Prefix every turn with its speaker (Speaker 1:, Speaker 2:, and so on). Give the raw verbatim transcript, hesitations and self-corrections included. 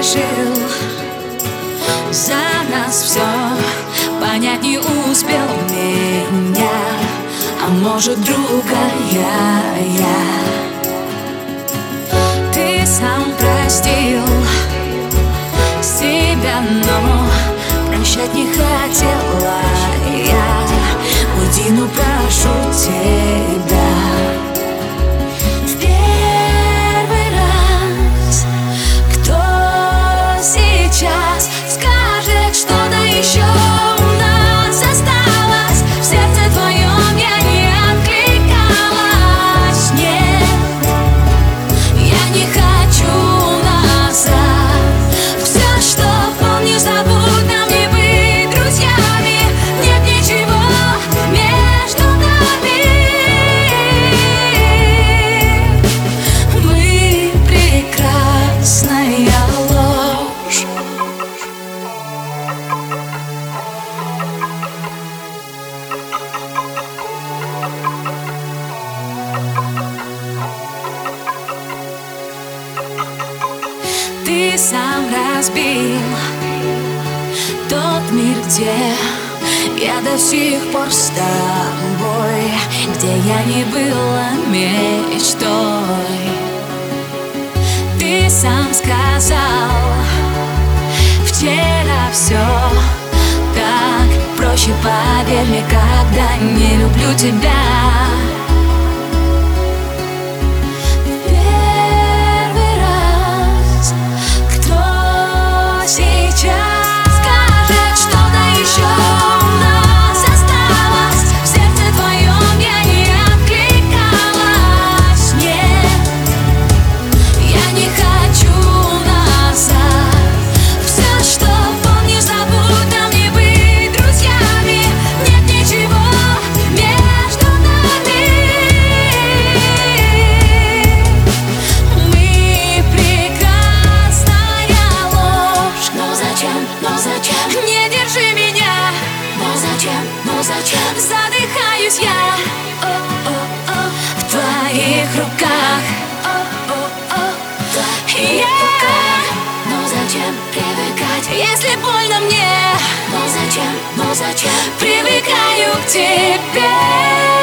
Speaker 1: решил за нас все понять, не успел меня, а может другая я. Ты сам простил себя, но прощать не хотела я. Уйди, ну прошу тебя. В первый раз кто сейчас скажет, что-то еще у нас осталось? В сердце твоем я не откликалась. Нет, я не хочу назад. Все, что помню, забудь, нам не быть друзьями. Нет ничего между нами. Мы прекрасная ложь. Ты сам разбил тот мир, где я до сих пор с тобой, где я не была мечтой. Ты сам сказал вчера все так проще, поверь мне, когда не люблю тебя. Не держи меня. Но зачем, но зачем? Задыхаюсь я. О-о-о. В твоих руках. О-о-о. В твоих руках. Но зачем привыкать, если больно мне? Но зачем, но зачем? Привыкаю к тебе.